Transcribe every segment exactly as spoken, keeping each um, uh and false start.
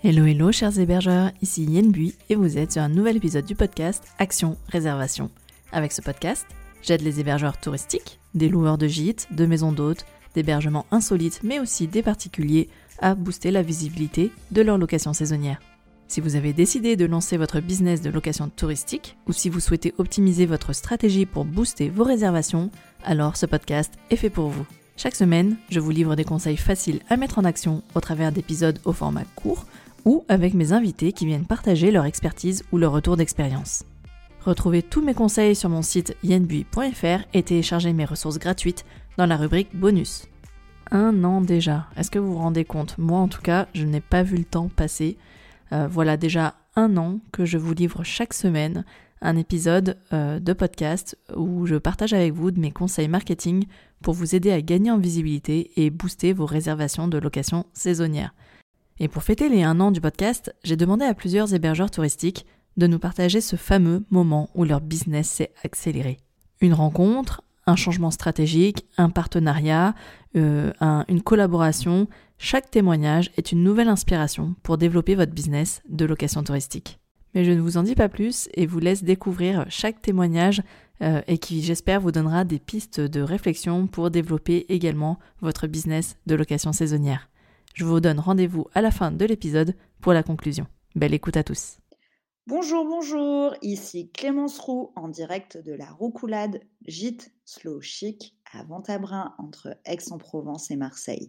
Hello hello chers hébergeurs, ici Yen Bui et vous êtes sur un nouvel épisode du podcast Action Réservation. Avec ce podcast, j'aide les hébergeurs touristiques, des loueurs de gîtes, de maisons d'hôtes, d'hébergements insolites mais aussi des particuliers à booster la visibilité de leur location saisonnière. Si vous avez décidé de lancer votre business de location touristique ou si vous souhaitez optimiser votre stratégie pour booster vos réservations, alors ce podcast est fait pour vous. Chaque semaine, je vous livre des conseils faciles à mettre en action au travers d'épisodes au format court ou avec mes invités qui viennent partager leur expertise ou leur retour d'expérience. Retrouvez tous mes conseils sur mon site yen bui point f r et téléchargez mes ressources gratuites dans la rubrique bonus. Un an déjà, est-ce que vous vous rendez compte ? Moi en tout cas, je n'ai pas vu le temps passer. Euh, voilà déjà un an que je vous livre chaque semaine un épisode euh, de podcast où je partage avec vous de mes conseils marketing pour vous aider à gagner en visibilité et booster vos réservations de location saisonnière. Et pour fêter les un an du podcast, j'ai demandé à plusieurs hébergeurs touristiques de nous partager ce fameux moment où leur business s'est accéléré. Une rencontre, un changement stratégique, un partenariat, euh, un, une collaboration, chaque témoignage est une nouvelle inspiration pour développer votre business de location touristique. Mais je ne vous en dis pas plus et vous laisse découvrir chaque témoignage euh, et qui, j'espère, vous donnera des pistes de réflexion pour développer également votre business de location saisonnière. Je vous donne rendez-vous à la fin de l'épisode pour la conclusion. Belle écoute à tous. Bonjour, bonjour, ici Clémence Roux en direct de la Roucoulade, gîte slow chic à Ventabren entre Aix-en-Provence et Marseille.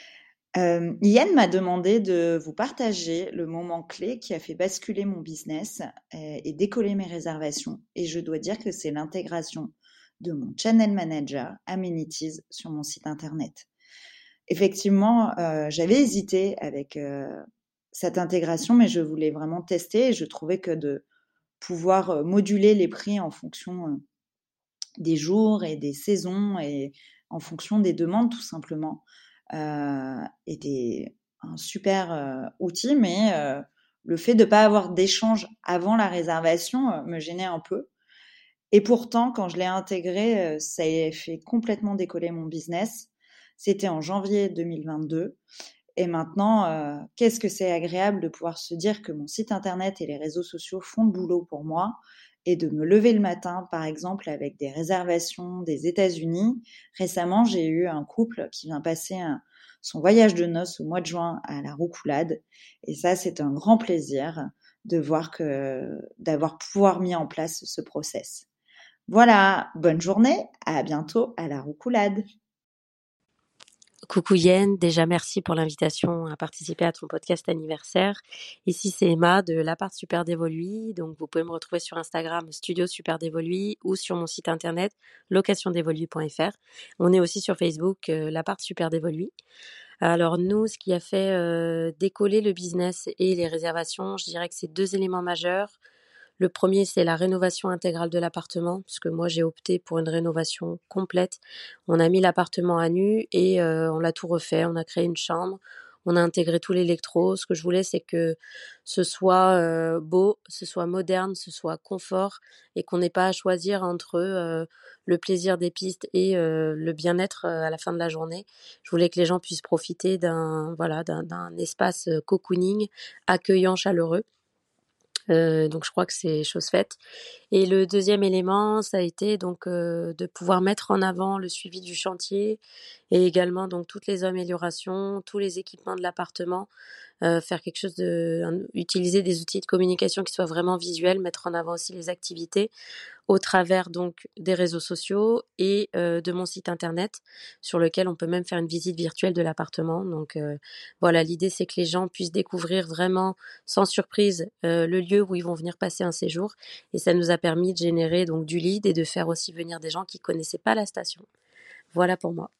Euh, Yann m'a demandé de vous partager le moment clé qui a fait basculer mon business et, et décoller mes réservations. Et je dois dire que c'est l'intégration de mon channel manager Amenities sur mon site internet. Effectivement, euh, j'avais hésité avec euh, cette intégration, mais je voulais vraiment tester et je trouvais que de pouvoir euh, moduler les prix en fonction euh, des jours et des saisons et en fonction des demandes tout simplement euh, était un super euh, outil, mais euh, le fait de ne pas avoir d'échange avant la réservation euh, me gênait un peu. Et pourtant, quand je l'ai intégré, euh, ça a fait complètement décoller mon business. C'était en janvier deux mille vingt-deux. Et maintenant, euh, qu'est-ce que c'est agréable de pouvoir se dire que mon site internet et les réseaux sociaux font le boulot pour moi et de me lever le matin, par exemple, avec des réservations des États-Unis. Récemment, j'ai eu un couple qui vient passer un, son voyage de noces au mois de juin à la Roucoulade. Et ça, c'est un grand plaisir de voir que, d'avoir pouvoir mis en place ce process. Voilà, bonne journée, à bientôt à la Roucoulade. Coucou Yen, déjà merci pour l'invitation à participer à ton podcast anniversaire. Ici c'est Emma de l'appart Super d'Evoluy, donc vous pouvez me retrouver sur Instagram Studio Super d'Evoluy ou sur mon site internet location devoluy point f r. On est aussi sur Facebook euh, l'appart Super d'Evoluy. Alors nous, ce qui a fait euh, décoller le business et les réservations, je dirais que c'est deux éléments majeurs. Le premier, c'est la rénovation intégrale de l'appartement, parce que moi, j'ai opté pour une rénovation complète. On a mis l'appartement à nu et euh, on l'a tout refait. On a créé une chambre, on a intégré tout l'électro. Ce que je voulais, c'est que ce soit euh, beau, ce soit moderne, ce soit confort et qu'on n'ait pas à choisir entre euh, le plaisir des pistes et euh, le bien-être euh, à la fin de la journée. Je voulais que les gens puissent profiter d'un, voilà, d'un, d'un espace euh, cocooning, accueillant, chaleureux. Euh, donc je crois que c'est chose faite. Et le deuxième élément, ça a été donc euh, de pouvoir mettre en avant le suivi du chantier et également donc toutes les améliorations, tous les équipements de l'appartement, euh, faire quelque chose de, un, utiliser des outils de communication qui soient vraiment visuels, mettre en avant aussi les activités au travers donc des réseaux sociaux et euh, de mon site internet sur lequel on peut même faire une visite virtuelle de l'appartement. Donc euh, voilà, l'idée c'est que les gens puissent découvrir vraiment sans surprise euh, le lieu où ils vont venir passer un séjour et ça nous a permis de générer donc du lead et de faire aussi venir des gens qui connaissaient pas la station. Voilà pour moi.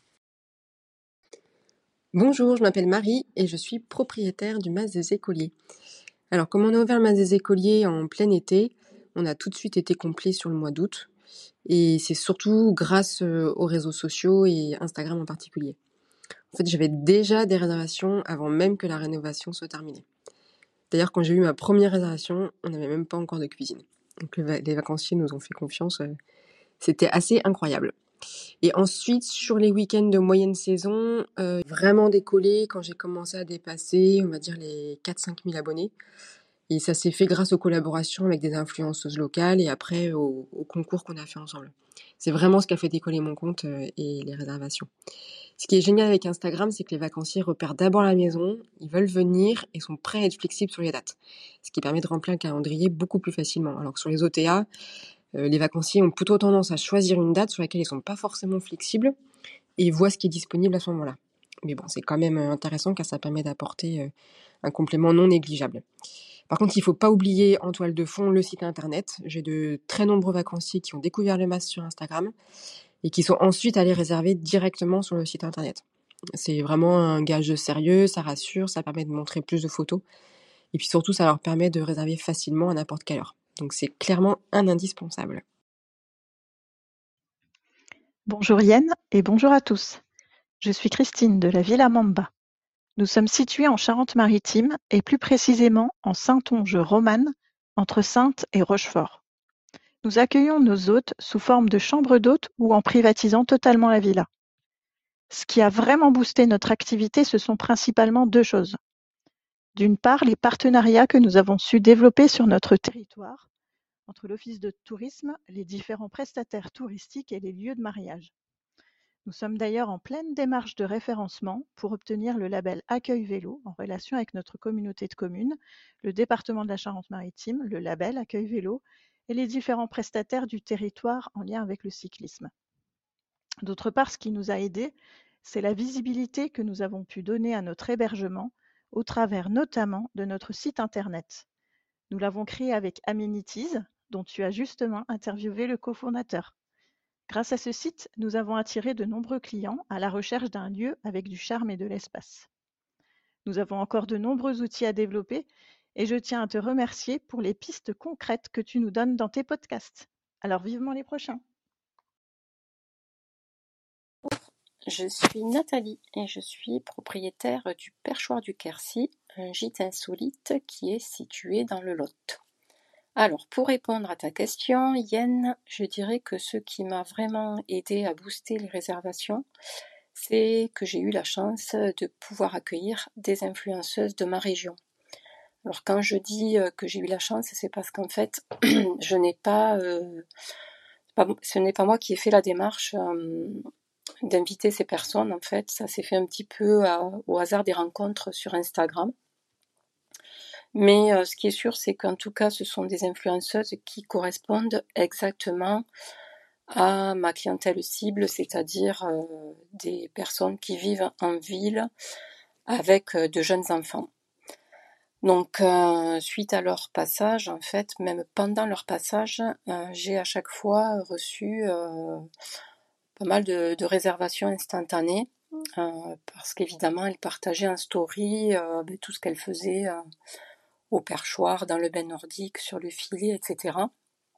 Bonjour, je m'appelle Marie et je suis propriétaire du Mas des Écoliers. Alors, comme on a ouvert le Mas des Écoliers en plein été, on a tout de suite été complet sur le mois d'août. Et c'est surtout grâce aux réseaux sociaux et Instagram en particulier. En fait, j'avais déjà des réservations avant même que la rénovation soit terminée. D'ailleurs, quand j'ai eu ma première réservation, on n'avait même pas encore de cuisine. Donc les vacanciers nous ont fait confiance. C'était assez incroyable. Et ensuite, sur les week-ends de moyenne saison, euh, vraiment décollé quand j'ai commencé à dépasser, on va dire, les quatre à cinq mille abonnés. Et ça s'est fait grâce aux collaborations avec des influenceuses locales et après au, au concours qu'on a fait ensemble. C'est vraiment ce qui a fait décoller mon compte euh, et les réservations. Ce qui est génial avec Instagram, c'est que les vacanciers repèrent d'abord la maison, ils veulent venir et sont prêts à être flexibles sur les dates. Ce qui permet de remplir un calendrier beaucoup plus facilement. Alors que sur les O T A, euh, les vacanciers ont plutôt tendance à choisir une date sur laquelle ils sont pas forcément flexibles et voient ce qui est disponible à ce moment-là. Mais bon, c'est quand même intéressant car ça permet d'apporter euh, un complément non négligeable. Par contre, il ne faut pas oublier en toile de fond le site internet. J'ai de très nombreux vacanciers qui ont découvert le MAS sur Instagram et qui sont ensuite allés réserver directement sur le site internet. C'est vraiment un gage de sérieux, ça rassure, ça permet de montrer plus de photos et puis surtout, ça leur permet de réserver facilement à n'importe quelle heure. Donc c'est clairement un indispensable. Bonjour Yen et bonjour à tous. Je suis Christine de la Villa Mamba. Nous sommes situés en Charente-Maritime et plus précisément en Saintonge-Romane, entre Saintes et Rochefort. Nous accueillons nos hôtes sous forme de chambres d'hôtes ou en privatisant totalement la villa. Ce qui a vraiment boosté notre activité, ce sont principalement deux choses. D'une part, les partenariats que nous avons su développer sur notre territoire entre l'Office de tourisme, les différents prestataires touristiques et les lieux de mariage. Nous sommes d'ailleurs en pleine démarche de référencement pour obtenir le label Accueil Vélo en relation avec notre communauté de communes, le département de la Charente-Maritime, le label Accueil Vélo et les différents prestataires du territoire en lien avec le cyclisme. D'autre part, ce qui nous a aidés, c'est la visibilité que nous avons pu donner à notre hébergement au travers notamment de notre site internet. Nous l'avons créé avec Amenities, dont tu as justement interviewé le cofondateur. Grâce à ce site, nous avons attiré de nombreux clients à la recherche d'un lieu avec du charme et de l'espace. Nous avons encore de nombreux outils à développer et je tiens à te remercier pour les pistes concrètes que tu nous donnes dans tes podcasts. Alors vivement les prochains. Je suis Nathalie et je suis propriétaire du Perchoir du Quercy, un gîte insolite qui est situé dans le Lot. Alors, pour répondre à ta question, Yen, je dirais que ce qui m'a vraiment aidé à booster les réservations, c'est que j'ai eu la chance de pouvoir accueillir des influenceuses de ma région. Alors, quand je dis que j'ai eu la chance, c'est parce qu'en fait, je n'ai pas, euh, pas, ce n'est pas moi qui ai fait la démarche euh, d'inviter ces personnes. En fait, ça s'est fait un petit peu à, au hasard des rencontres sur Instagram. Mais euh, ce qui est sûr, c'est qu'en tout cas, ce sont des influenceuses qui correspondent exactement à ma clientèle cible, c'est-à-dire euh, des personnes qui vivent en ville avec euh, de jeunes enfants. Donc, euh, suite à leur passage, en fait, même pendant leur passage, euh, j'ai à chaque fois reçu euh, pas mal de, de réservations instantanées, euh, parce qu'évidemment, elles partageaient en story euh, tout ce qu'elles faisaient euh, au perchoir, dans le bain nordique, sur le filet, et cetera.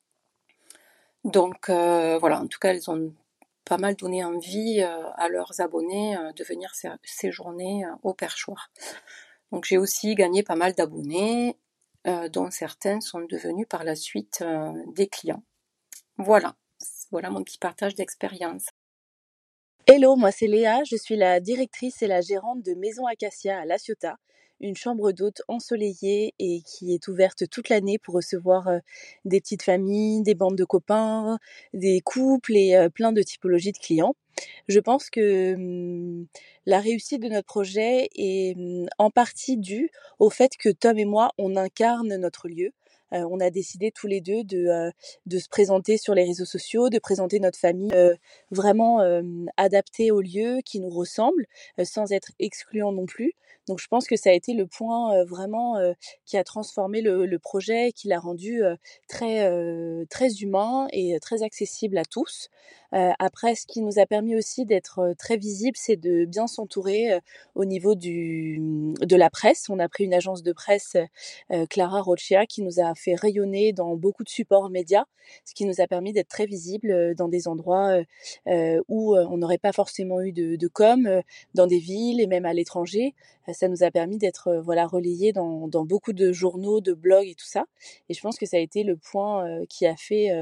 Donc euh, voilà, en tout cas, elles ont pas mal donné envie euh, à leurs abonnés euh, de venir sé- séjourner euh, au perchoir. Donc j'ai aussi gagné pas mal d'abonnés, euh, dont certains sont devenus par la suite euh, des clients. Voilà, voilà mon petit partage d'expérience. Hello, moi c'est Léa, je suis la directrice et la gérante de Maison Acacia à La Ciotat, une chambre d'hôte ensoleillée et qui est ouverte toute l'année pour recevoir euh, des petites familles, des bandes de copains, des couples et euh, plein de typologies de clients. Je pense que hum, la réussite de notre projet est hum, en partie due au fait que Tom et moi, on incarne notre lieu. Euh, on a décidé tous les deux de, euh, de se présenter sur les réseaux sociaux, de présenter notre famille euh, vraiment euh, adaptée au lieu, qui nous ressemble, euh, sans être excluant non plus. Donc je pense que ça a été le point euh, vraiment euh, qui a transformé le, le projet, qui l'a rendu euh, très, euh, très humain et très accessible à tous. Euh, après, ce qui nous a permis aussi d'être euh, très visible, c'est de bien s'entourer euh, au niveau du, de la presse. On a pris une agence de presse, euh, Clara Rochia, qui nous a fait rayonner dans beaucoup de supports médias, ce qui nous a permis d'être très visibles euh, dans des endroits euh, où euh, on n'aurait pas forcément eu de, de com, euh, dans des villes et même à l'étranger. Euh, ça nous a permis d'être euh, voilà, relayés dans, dans beaucoup de journaux, de blogs et tout ça. Et je pense que ça a été le point euh, qui a fait... Euh,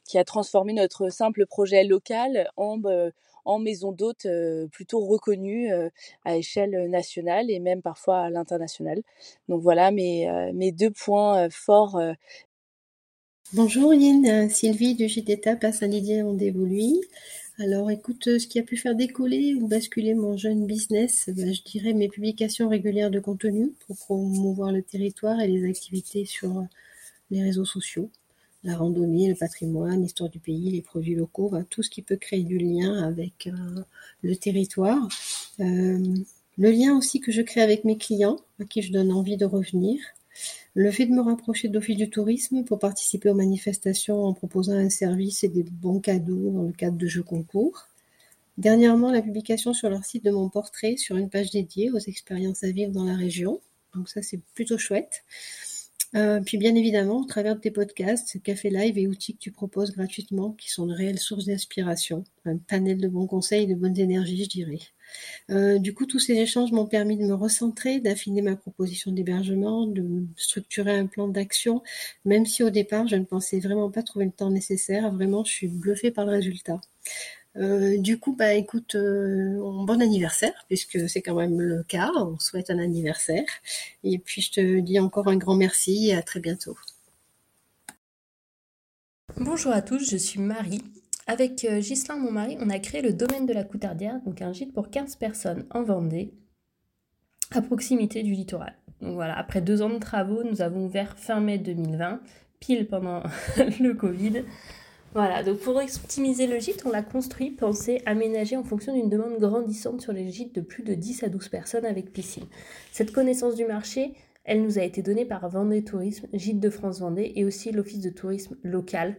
qui a transformé notre simple projet local en, euh, en maison d'hôtes euh, plutôt reconnue euh, à échelle nationale et même parfois à l'international. Donc voilà mes, euh, mes deux points euh, forts. Euh. Bonjour Yin, euh, Sylvie du Gîte Étape à Saint-Didier-en-Dévoluy. Alors écoute, euh, ce qui a pu faire décoller ou basculer mon jeune business, bah, je dirais mes publications régulières de contenu pour promouvoir le territoire et les activités sur euh, les réseaux sociaux. La randonnée, le patrimoine, l'histoire du pays, les produits locaux, bah, tout ce qui peut créer du lien avec euh, le territoire. Euh, le lien aussi que je crée avec mes clients, à qui je donne envie de revenir. Le fait de me rapprocher de l'Office du tourisme pour participer aux manifestations en proposant un service et des bons cadeaux dans le cadre de jeux concours. Dernièrement, la publication sur leur site de mon portrait sur une page dédiée aux expériences à vivre dans la région. Donc ça, c'est plutôt chouette. Euh, puis bien évidemment, au travers de tes podcasts, café live et outils que tu proposes gratuitement, qui sont de réelles sources d'inspiration, un panel de bons conseils et de bonnes énergies, je dirais. Euh, du coup, tous ces échanges m'ont permis de me recentrer, d'affiner ma proposition d'hébergement, de structurer un plan d'action, même si au départ, je ne pensais vraiment pas trouver le temps nécessaire. Vraiment, je suis bluffée par le résultat. Euh, du coup, bah écoute, euh, bon anniversaire, puisque c'est quand même le cas, on souhaite un anniversaire. Et puis je te dis encore un grand merci et à très bientôt. Bonjour à tous, je suis Marie. Avec euh, Ghislain, mon mari, on a créé le domaine de la Coutardière, donc un gîte pour quinze personnes en Vendée, à proximité du littoral. Donc voilà, après deux ans de travaux, nous avons ouvert fin mai deux mille vingt, pile pendant le Covid. Voilà, donc pour optimiser le gîte, on l'a construit, pensé, aménagé en fonction d'une demande grandissante sur les gîtes de plus de dix à douze personnes avec piscine. Cette connaissance du marché, elle nous a été donnée par Vendée Tourisme, Gîte de France Vendée et aussi l'Office de tourisme local.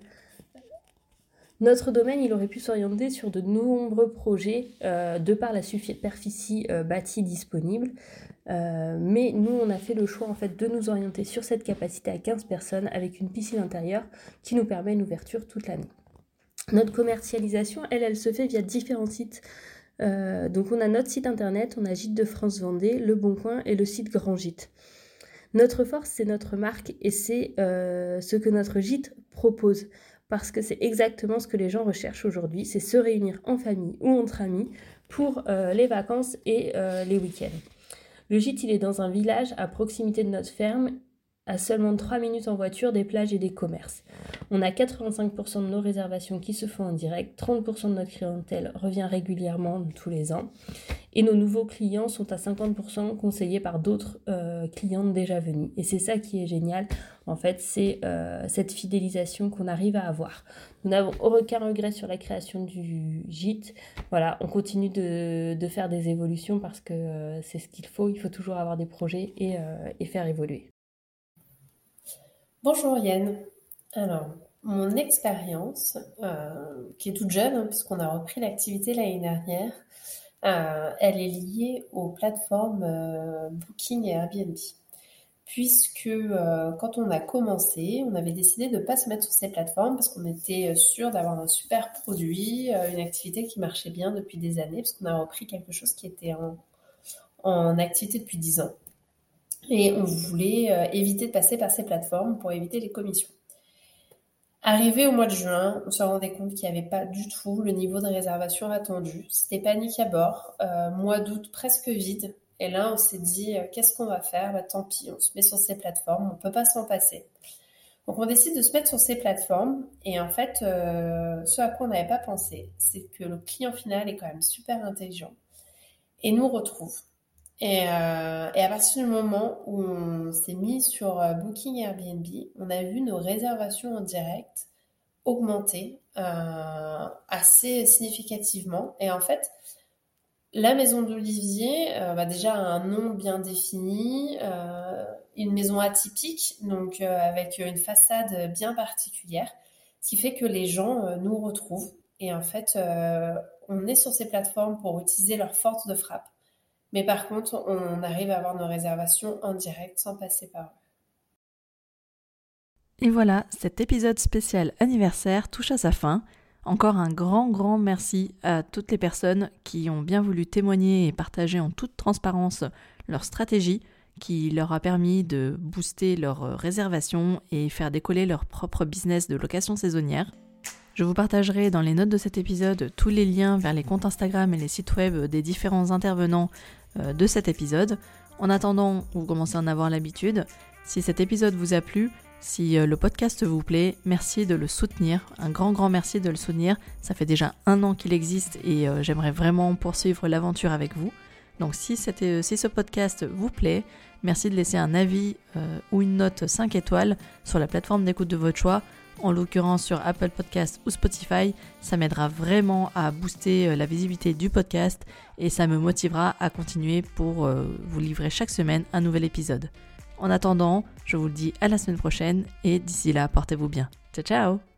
Notre domaine, il aurait pu s'orienter sur de nombreux projets euh, de par la superficie euh, bâtie disponible. Euh, mais nous, on a fait le choix en fait de nous orienter sur cette capacité à quinze personnes avec une piscine intérieure qui nous permet une ouverture toute l'année. Notre commercialisation, elle, elle se fait via différents sites. Euh, donc on a notre site internet, on a Gîte de France Vendée, Le Bon Coin et le site Grand Gîte. Notre force, c'est notre marque et c'est euh, ce que notre gîte propose. Parce que c'est exactement ce que les gens recherchent aujourd'hui, c'est se réunir en famille ou entre amis pour euh, les vacances et euh, les week-ends. Le gîte, il est dans un village à proximité de notre ferme, à seulement trois minutes en voiture des plages et des commerces. On a quatre-vingt-cinq pour cent de nos réservations qui se font en direct, trente pour cent de notre clientèle revient régulièrement tous les ans, et nos nouveaux clients sont à cinquante pour cent conseillés par d'autres euh, clientes déjà venues. Et c'est ça qui est génial, en fait, c'est euh, cette fidélisation qu'on arrive à avoir. Nous n'avons aucun regret sur la création du gîte. Voilà, on continue de, de faire des évolutions parce que euh, c'est ce qu'il faut. Il faut toujours avoir des projets et, euh, et faire évoluer. Bonjour Yann. Alors, mon expérience, euh, qui est toute jeune, hein, puisqu'on a repris l'activité l'année dernière, euh, elle est liée aux plateformes euh, Booking et Airbnb. Puisque euh, quand on a commencé, on avait décidé de ne pas se mettre sur ces plateformes parce qu'on était sûr d'avoir un super produit, euh, une activité qui marchait bien depuis des années, parce qu'on a repris quelque chose qui était en, en activité depuis dix ans. Et on voulait euh, éviter de passer par ces plateformes pour éviter les commissions. Arrivé au mois de juin, on se rendait compte qu'il n'y avait pas du tout le niveau de réservation attendu. C'était panique à bord, euh, mois d'août presque vide. Et là, on s'est dit, euh, qu'est-ce qu'on va faire ? Bah, tant pis, on se met sur ces plateformes, on ne peut pas s'en passer. Donc on décide de se mettre sur ces plateformes. Et en fait, euh, ce à quoi on n'avait pas pensé, c'est que le client final est quand même super intelligent et nous retrouve. Et, euh, et à partir du moment où on s'est mis sur euh, Booking et Airbnb, on a vu nos réservations en direct augmenter euh, assez significativement. Et en fait, la maison d'Olivier, euh, bah déjà a un nom bien défini, euh, une maison atypique, donc euh, avec une façade bien particulière, ce qui fait que les gens euh, nous retrouvent. Et en fait, euh, on est sur ces plateformes pour utiliser leur force de frappe. Mais par contre, on arrive à avoir nos réservations en direct sans passer par eux. Et voilà, cet épisode spécial anniversaire touche à sa fin. Encore un grand, grand merci à toutes les personnes qui ont bien voulu témoigner et partager en toute transparence leur stratégie qui leur a permis de booster leurs réservations et faire décoller leur propre business de location saisonnière. Je vous partagerai dans les notes de cet épisode tous les liens vers les comptes Instagram et les sites web des différents intervenants de cet épisode. En attendant, vous commencez à en avoir l'habitude. Si cet épisode vous a plu, si le podcast vous plaît, merci de le soutenir. Un grand grand merci de le soutenir. Ça fait déjà un an qu'il existe et euh, j'aimerais vraiment poursuivre l'aventure avec vous. Donc si, c'était, si ce podcast vous plaît, merci de laisser un avis euh, ou une note cinq étoiles sur la plateforme d'écoute de votre choix. En l'occurrence sur Apple Podcast ou Spotify, ça m'aidera vraiment à booster la visibilité du podcast et ça me motivera à continuer pour euh, vous livrer chaque semaine un nouvel épisode. En attendant, je vous le dis à la semaine prochaine et d'ici là, portez-vous bien. Ciao ciao!